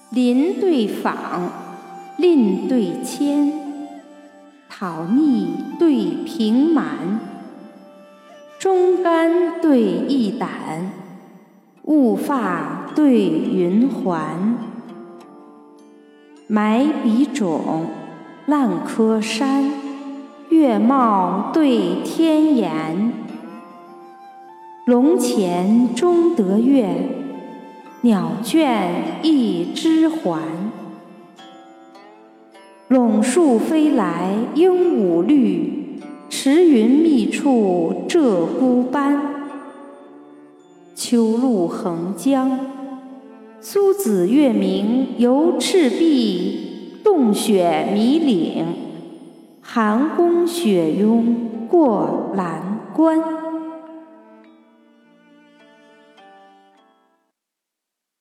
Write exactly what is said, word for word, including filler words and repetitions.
林对坊，蔺对迁，讨逆对平蛮，忠肝对义胆，雾发对云环。埋笔冢，烂柯山，月貌对天颜。龙潜终得月，鸟倦亦知还。陇树飞来鹦鹉绿，池云密处鹧鸪斑。秋露横江，苏子月明游赤壁，冻雪迷岭，寒宫雪拥过蓝关。